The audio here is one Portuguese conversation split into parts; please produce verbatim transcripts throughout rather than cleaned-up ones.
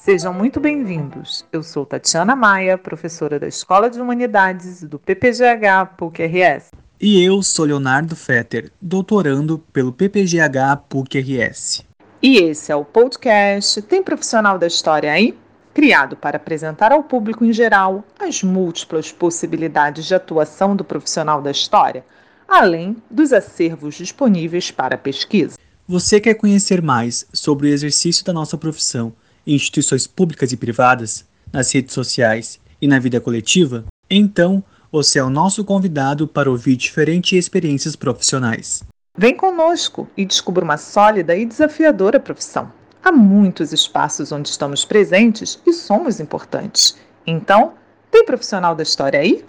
Sejam muito bem-vindos. Eu sou Tatiana Maia, professora da Escola de Humanidades do P P G H P U C-R S. E eu sou Leonardo Fetter, doutorando pelo P P G H P U C-R S. E esse é o podcast Tem Profissional da História aí? Criado para apresentar ao público em geral as múltiplas possibilidades de atuação do profissional da história, além dos acervos disponíveis para pesquisa. Você quer conhecer mais sobre o exercício da nossa profissão em instituições públicas e privadas, nas redes sociais e na vida coletiva? Então, você é o nosso convidado para ouvir diferentes experiências profissionais. Vem conosco e descubra uma sólida e desafiadora profissão. Há muitos espaços onde estamos presentes e somos importantes. Então, tem profissional da história aí?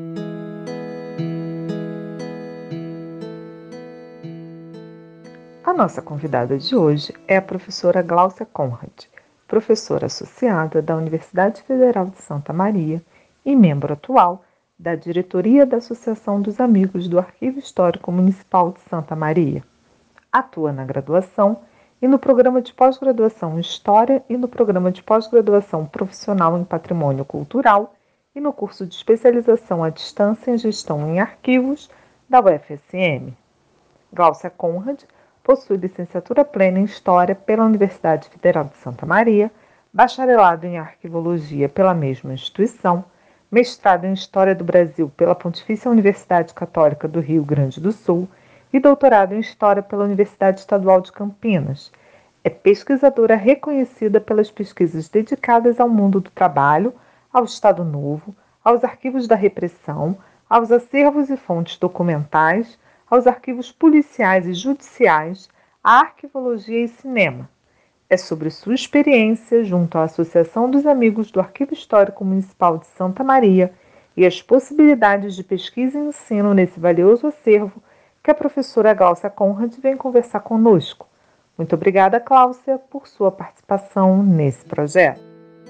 A nossa convidada de hoje é a professora Gláucia Conrad, professora associada da Universidade Federal de Santa Maria e membro atual da diretoria da Associação dos Amigos do Arquivo Histórico Municipal de Santa Maria. Atua na graduação e no programa de pós-graduação em História e no programa de pós-graduação profissional em Patrimônio Cultural e no curso de especialização à distância em Gestão em Arquivos da U F S M. Gláucia Conrad possui licenciatura plena em História pela Universidade Federal de Santa Maria, bacharelado em Arquivologia pela mesma instituição, mestrado em História do Brasil pela Pontifícia Universidade Católica do Rio Grande do Sul e doutorado em História pela Universidade Estadual de Campinas. É pesquisadora reconhecida pelas pesquisas dedicadas ao mundo do trabalho, ao Estado Novo, aos arquivos da repressão, aos acervos e fontes documentais, aos arquivos policiais e judiciais, à arquivologia e cinema. É sobre sua experiência junto à Associação dos Amigos do Arquivo Histórico Municipal de Santa Maria e as possibilidades de pesquisa e ensino nesse valioso acervo que a professora Gláucia Conrad vem conversar conosco. Muito obrigada, Gláucia, por sua participação nesse projeto.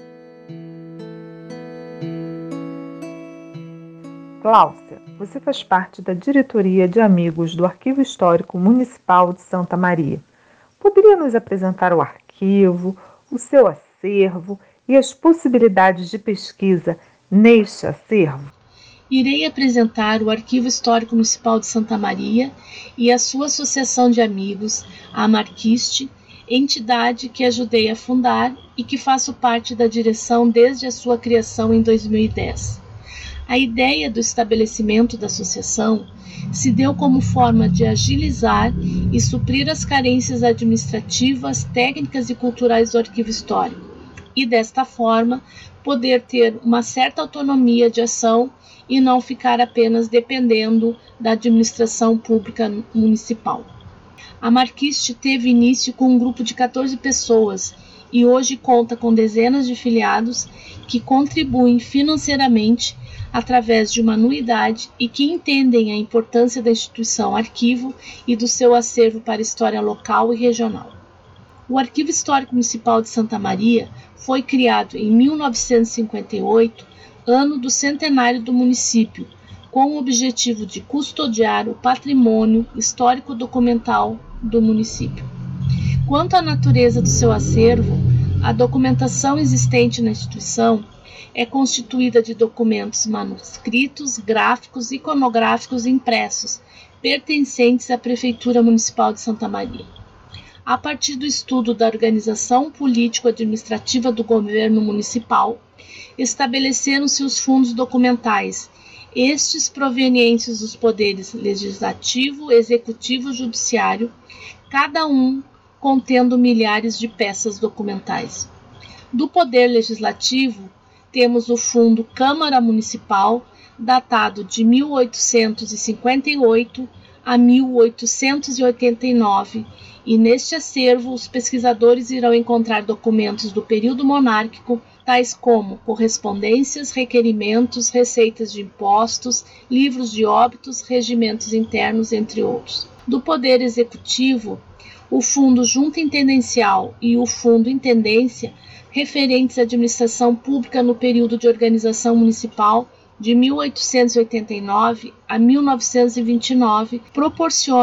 Gláucia, você faz parte da diretoria de Amigos do Arquivo Histórico Municipal de Santa Maria. Poderia nos apresentar o arquivo, o seu acervo e as possibilidades de pesquisa neste acervo? Irei apresentar o Arquivo Histórico Municipal de Santa Maria e a sua associação de amigos, a Amarquiste, entidade que ajudei a fundar e que faço parte da direção desde a sua criação em dois mil e dez. A ideia do estabelecimento da associação se deu como forma de agilizar e suprir as carências administrativas, técnicas e culturais do arquivo histórico, e desta forma poder ter uma certa autonomia de ação e não ficar apenas dependendo da administração pública municipal. A Marquiste teve início com um grupo de quatorze pessoas e hoje conta com dezenas de filiados que contribuem financeiramente através de uma anuidade e que entendem a importância da instituição arquivo e do seu acervo para a história local e regional. O Arquivo Histórico Municipal de Santa Maria foi criado em mil novecentos e cinquenta e oito, ano do centenário do município, com o objetivo de custodiar o patrimônio histórico-documental do município. Quanto à natureza do seu acervo, a documentação existente na instituição é constituída de documentos manuscritos, gráficos e iconográficos impressos, pertencentes à Prefeitura Municipal de Santa Maria. A partir do estudo da organização político-administrativa do governo municipal, estabeleceram-se os fundos documentais, estes provenientes dos poderes legislativo, executivo e judiciário, cada um contendo milhares de peças documentais. Do poder legislativo, temos o Fundo Câmara Municipal, datado de mil oitocentos e cinquenta e oito a mil oitocentos e oitenta e nove, e neste acervo os pesquisadores irão encontrar documentos do período monárquico, tais como correspondências, requerimentos, receitas de impostos, livros de óbitos, regimentos internos, entre outros. Do Poder Executivo, o Fundo Junta Intendencial e o Fundo Intendência, referentes à administração pública no período de organização municipal de mil oitocentos e oitenta e nove a mil novecentos e vinte e nove, proporcionam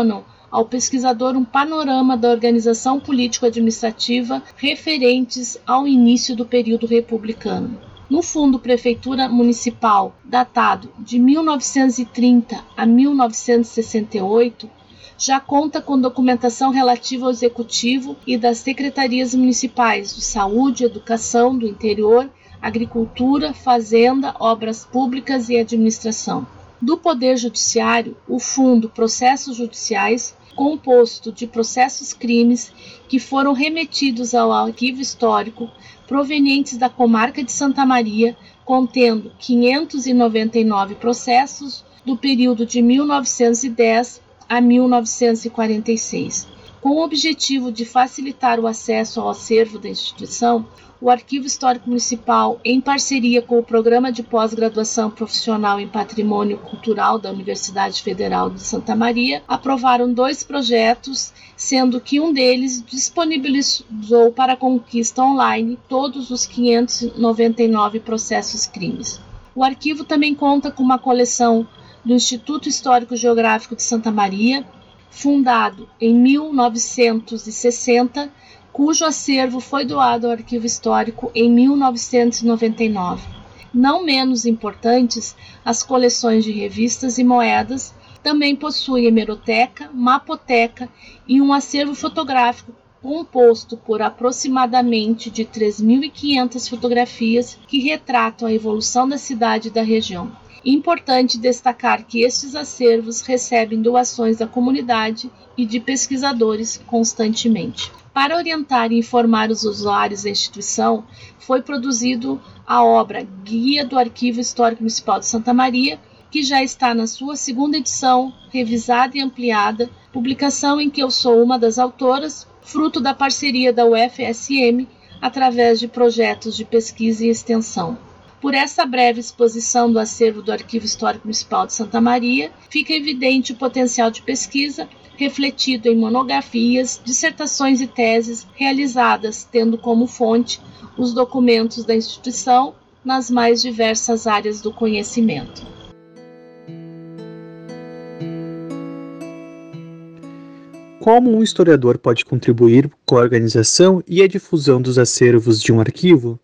ao pesquisador um panorama da organização político-administrativa referentes ao início do período republicano. No Fundo Prefeitura Municipal, datado de mil novecentos e trinta a mil novecentos e sessenta e oito, já conta com documentação relativa ao Executivo e das secretarias municipais de Saúde, Educação, do Interior, Agricultura, Fazenda, Obras Públicas e Administração. Do Poder Judiciário, o Fundo Processos Judiciais, composto de processos crimes que foram remetidos ao arquivo histórico provenientes da comarca de Santa Maria, contendo quinhentos e noventa e nove processos do período de mil novecentos e dez a mil novecentos e quarenta e seis. Com o objetivo de facilitar o acesso ao acervo da instituição, o Arquivo Histórico Municipal, em parceria com o Programa de Pós-Graduação Profissional em Patrimônio Cultural da Universidade Federal de Santa Maria, aprovaram dois projetos, sendo que um deles disponibilizou para conquista online todos os quinhentos e noventa e nove processos crimes. O arquivo também conta com uma coleção do Instituto Histórico Geográfico de Santa Maria, fundado em mil novecentos e sessenta, cujo acervo foi doado ao Arquivo Histórico em mil novecentos e noventa e nove. Não menos importantes, as coleções de revistas e moedas também possuem hemeroteca, mapoteca e um acervo fotográfico composto por aproximadamente de três mil e quinhentas fotografias que retratam a evolução da cidade e da região. Importante destacar que estes acervos recebem doações da comunidade e de pesquisadores constantemente. Para orientar e informar os usuários da instituição, foi produzido a obra Guia do Arquivo Histórico Municipal de Santa Maria, que já está na sua segunda edição, revisada e ampliada, publicação em que eu sou uma das autoras, fruto da parceria da U F S M, através de projetos de pesquisa e extensão. Por essa breve exposição do acervo do Arquivo Histórico Municipal de Santa Maria, fica evidente o potencial de pesquisa refletido em monografias, dissertações e teses realizadas, tendo como fonte os documentos da instituição nas mais diversas áreas do conhecimento. Como um historiador pode contribuir com a organização e a difusão dos acervos de um arquivo?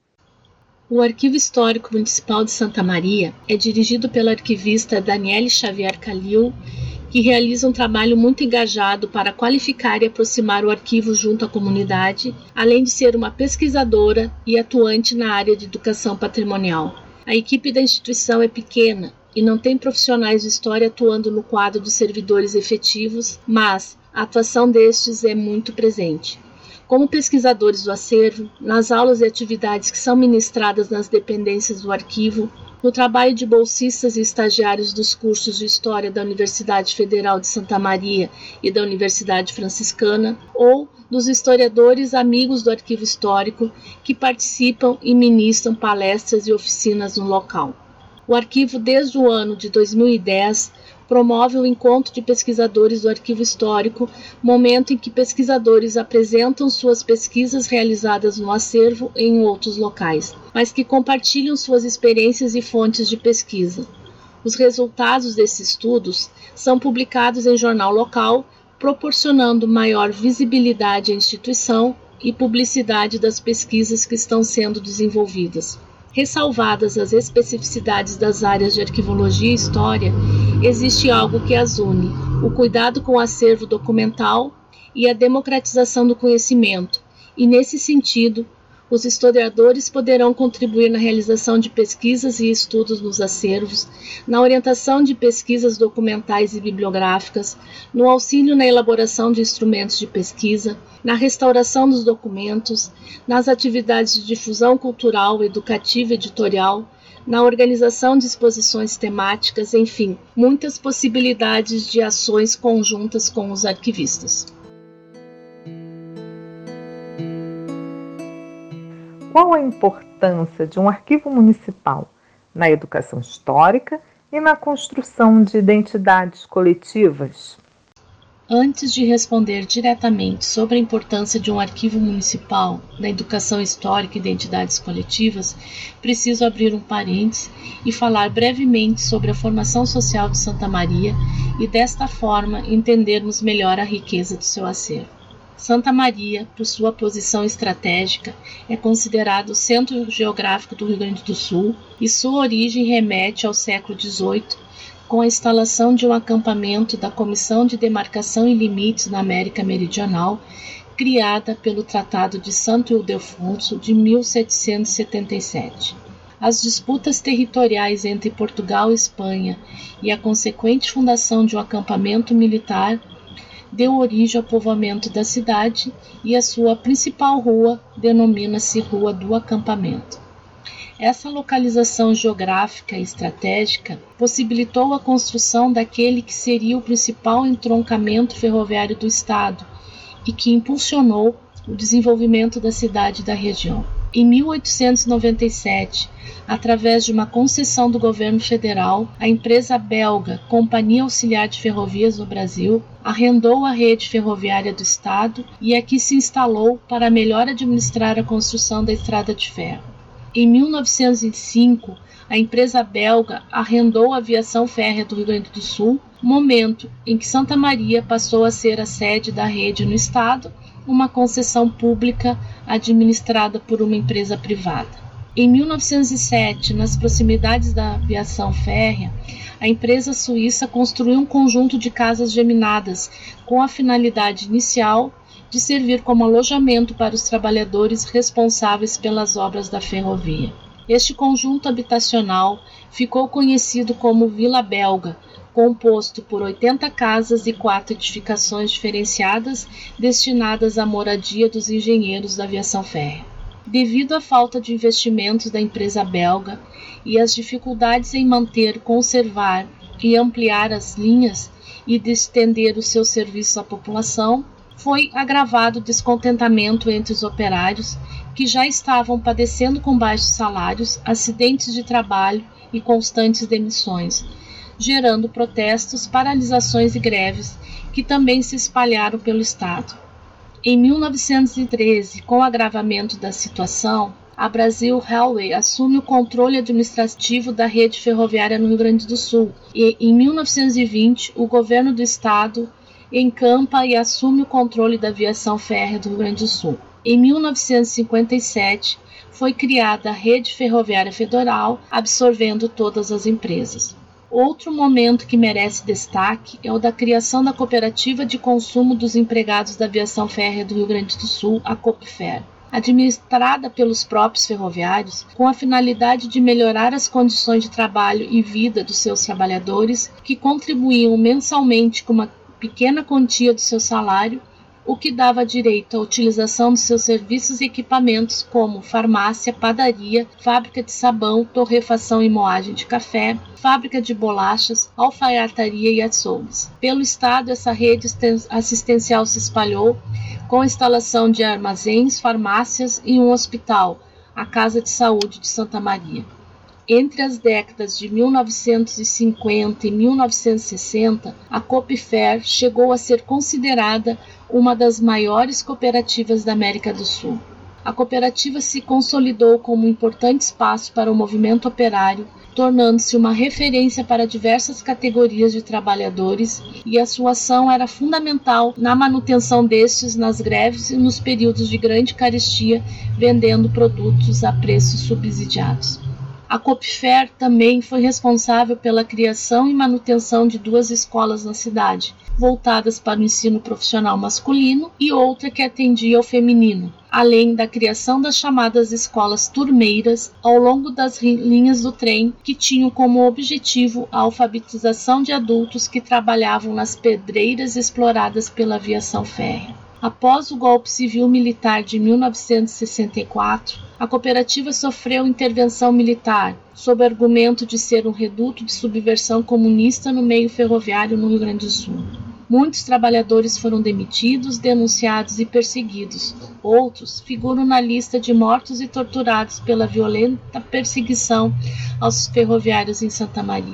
O Arquivo Histórico Municipal de Santa Maria é dirigido pela arquivista Daniele Xavier Calil, que realiza um trabalho muito engajado para qualificar e aproximar o arquivo junto à comunidade, além de ser uma pesquisadora e atuante na área de educação patrimonial. A equipe da instituição é pequena e não tem profissionais de história atuando no quadro de servidores efetivos, mas a atuação destes é muito presente. Como pesquisadores do acervo, nas aulas e atividades que são ministradas nas dependências do arquivo, no trabalho de bolsistas e estagiários dos cursos de História da Universidade Federal de Santa Maria e da Universidade Franciscana, ou dos historiadores amigos do arquivo histórico que participam e ministram palestras e oficinas no local. O arquivo, desde o ano de dois mil e dez, promove o encontro de pesquisadores do arquivo histórico, momento em que pesquisadores apresentam suas pesquisas realizadas no acervo em outros locais, mas que compartilham suas experiências e fontes de pesquisa. Os resultados desses estudos são publicados em jornal local, proporcionando maior visibilidade à instituição e publicidade das pesquisas que estão sendo desenvolvidas. Ressalvadas as especificidades das áreas de arquivologia e história, existe algo que as une: o cuidado com o acervo documental e a democratização do conhecimento, e nesse sentido, os historiadores poderão contribuir na realização de pesquisas e estudos nos acervos, na orientação de pesquisas documentais e bibliográficas, no auxílio na elaboração de instrumentos de pesquisa, na restauração dos documentos, nas atividades de difusão cultural, educativa e editorial, na organização de exposições temáticas, enfim, muitas possibilidades de ações conjuntas com os arquivistas. Qual a importância de um arquivo municipal na educação histórica e na construção de identidades coletivas? Antes de responder diretamente sobre a importância de um arquivo municipal na educação histórica e identidades coletivas, preciso abrir um parênteses e falar brevemente sobre a formação social de Santa Maria e, desta forma, entendermos melhor a riqueza do seu acervo. Santa Maria, por sua posição estratégica, é considerado o centro geográfico do Rio Grande do Sul e sua origem remete ao século dezoito, com a instalação de um acampamento da Comissão de Demarcação e Limites na América Meridional, criada pelo Tratado de Santo Ildefonso de mil setecentos e setenta e sete. As disputas territoriais entre Portugal e Espanha e a consequente fundação de um acampamento militar deu origem ao povoamento da cidade e a sua principal rua denomina-se Rua do Acampamento. Essa localização geográfica e estratégica possibilitou a construção daquele que seria o principal entroncamento ferroviário do Estado e que impulsionou o desenvolvimento da cidade e da região. Em mil oitocentos e noventa e sete, através de uma concessão do governo federal, a empresa belga Companhia Auxiliar de Ferrovias no Brasil arrendou a rede ferroviária do Estado e aqui se instalou para melhor administrar a construção da estrada de ferro. Em mil novecentos e cinco, a empresa belga arrendou a aviação férrea do Rio Grande do Sul, momento em que Santa Maria passou a ser a sede da rede no estado, uma concessão pública administrada por uma empresa privada. Em mil novecentos e sete, nas proximidades da aviação férrea, a empresa suíça construiu um conjunto de casas geminadas com a finalidade inicial de servir como alojamento para os trabalhadores responsáveis pelas obras da ferrovia. Este conjunto habitacional ficou conhecido como Vila Belga, composto por oitenta casas e quatro edificações diferenciadas destinadas à moradia dos engenheiros da aviação férrea. Devido à falta de investimentos da empresa belga e às dificuldades em manter, conservar e ampliar as linhas e de estender os seus serviços à população, foi agravado o descontentamento entre os operários, que já estavam padecendo com baixos salários, acidentes de trabalho e constantes demissões, gerando protestos, paralisações e greves, que também se espalharam pelo Estado. Em mil novecentos e treze, com o agravamento da situação, a Brazil Railway assume o controle administrativo da rede ferroviária no Rio Grande do Sul e, em mil novecentos e vinte, o governo do Estado encampa e assume o controle da aviação férrea do Rio Grande do Sul. Em mil novecentos e cinquenta e sete, foi criada a Rede Ferroviária Federal, absorvendo todas as empresas. Outro momento que merece destaque é o da criação da Cooperativa de Consumo dos Empregados da Aviação Férrea do Rio Grande do Sul, a Copfer. Administrada pelos próprios ferroviários, com a finalidade de melhorar as condições de trabalho e vida dos seus trabalhadores, que contribuíam mensalmente com uma pequena quantia do seu salário, o que dava direito à utilização de seus serviços e equipamentos como farmácia, padaria, fábrica de sabão, torrefação e moagem de café, fábrica de bolachas, alfaiataria e açougues. Pelo estado, essa rede assistencial se espalhou com a instalação de armazéns, farmácias e um hospital, a Casa de Saúde de Santa Maria. Entre as décadas de mil novecentos e cinquenta e mil novecentos e sessenta, a Copfer chegou a ser considerada uma das maiores cooperativas da América do Sul. A cooperativa se consolidou como um importante espaço para o movimento operário, tornando-se uma referência para diversas categorias de trabalhadores, e a sua ação era fundamental na manutenção destes nas greves e nos períodos de grande carestia, vendendo produtos a preços subsidiados. A Copfer também foi responsável pela criação e manutenção de duas escolas na cidade, voltadas para o ensino profissional masculino e outra que atendia ao feminino, além da criação das chamadas escolas turmeiras ao longo das linhas do trem, que tinham como objetivo a alfabetização de adultos que trabalhavam nas pedreiras exploradas pela aviação férrea. Após o golpe civil-militar de mil novecentos e sessenta e quatro, a cooperativa sofreu intervenção militar, sob o argumento de ser um reduto de subversão comunista no meio ferroviário no Rio Grande do Sul. Muitos trabalhadores foram demitidos, denunciados e perseguidos. Outros figuram na lista de mortos e torturados pela violenta perseguição aos ferroviários em Santa Maria.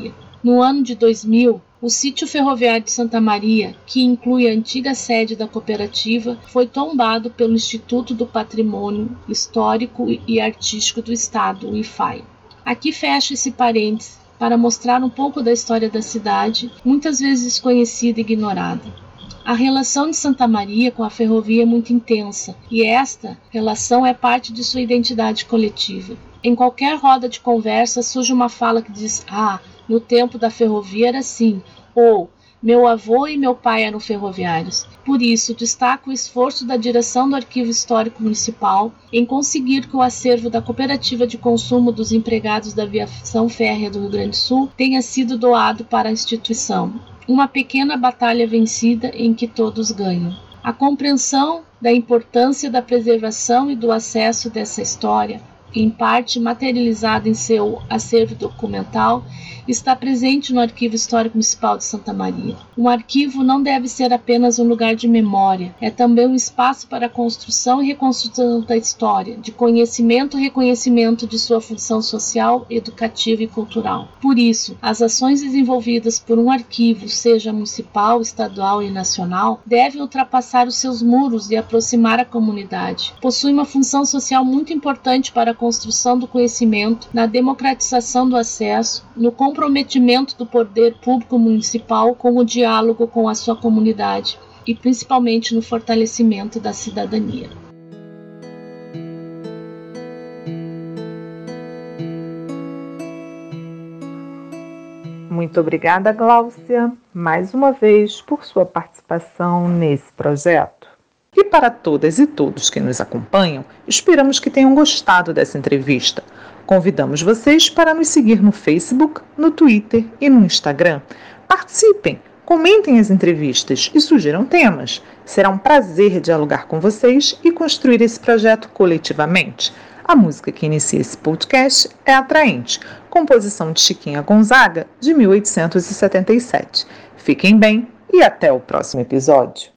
No ano de dois mil, o sítio ferroviário de Santa Maria, que inclui a antiga sede da cooperativa, foi tombado pelo Instituto do Patrimônio Histórico e Artístico do Estado, o I F A I. Aqui fecho esse parênteses para mostrar um pouco da história da cidade, muitas vezes desconhecida e ignorada. A relação de Santa Maria com a ferrovia é muito intensa, e esta relação é parte de sua identidade coletiva. Em qualquer roda de conversa surge uma fala que diz: ah, no tempo da ferrovia era assim, ou meu avô e meu pai eram ferroviários. Por isso, destaco o esforço da direção do Arquivo Histórico Municipal em conseguir que o acervo da Cooperativa de Consumo dos Empregados da Aviação Férrea do Rio Grande do Sul tenha sido doado para a instituição. Uma pequena batalha vencida em que todos ganham. A compreensão da importância da preservação e do acesso dessa história, em parte materializada em seu acervo documental, está presente no Arquivo Histórico Municipal de Santa Maria. Um arquivo não deve ser apenas um lugar de memória, é também um espaço para a construção e reconstrução da história, de conhecimento e reconhecimento de sua função social, educativa e cultural. Por isso, as ações desenvolvidas por um arquivo, seja municipal, estadual e nacional, devem ultrapassar os seus muros e aproximar a comunidade. Possui uma função social muito importante para a construção do conhecimento, na democratização do acesso, no comprometimento do poder público municipal com o diálogo com a sua comunidade e principalmente no fortalecimento da cidadania. Muito obrigada, Gláucia, mais uma vez por sua participação nesse projeto. E para todas e todos que nos acompanham, esperamos que tenham gostado dessa entrevista. Convidamos vocês para nos seguir no Facebook, no Twitter e no Instagram. Participem, comentem as entrevistas e sugiram temas. Será um prazer dialogar com vocês e construir esse projeto coletivamente. A música que inicia esse podcast é Atraente, composição de Chiquinha Gonzaga, de mil oitocentos e setenta e sete. Fiquem bem e até o próximo episódio.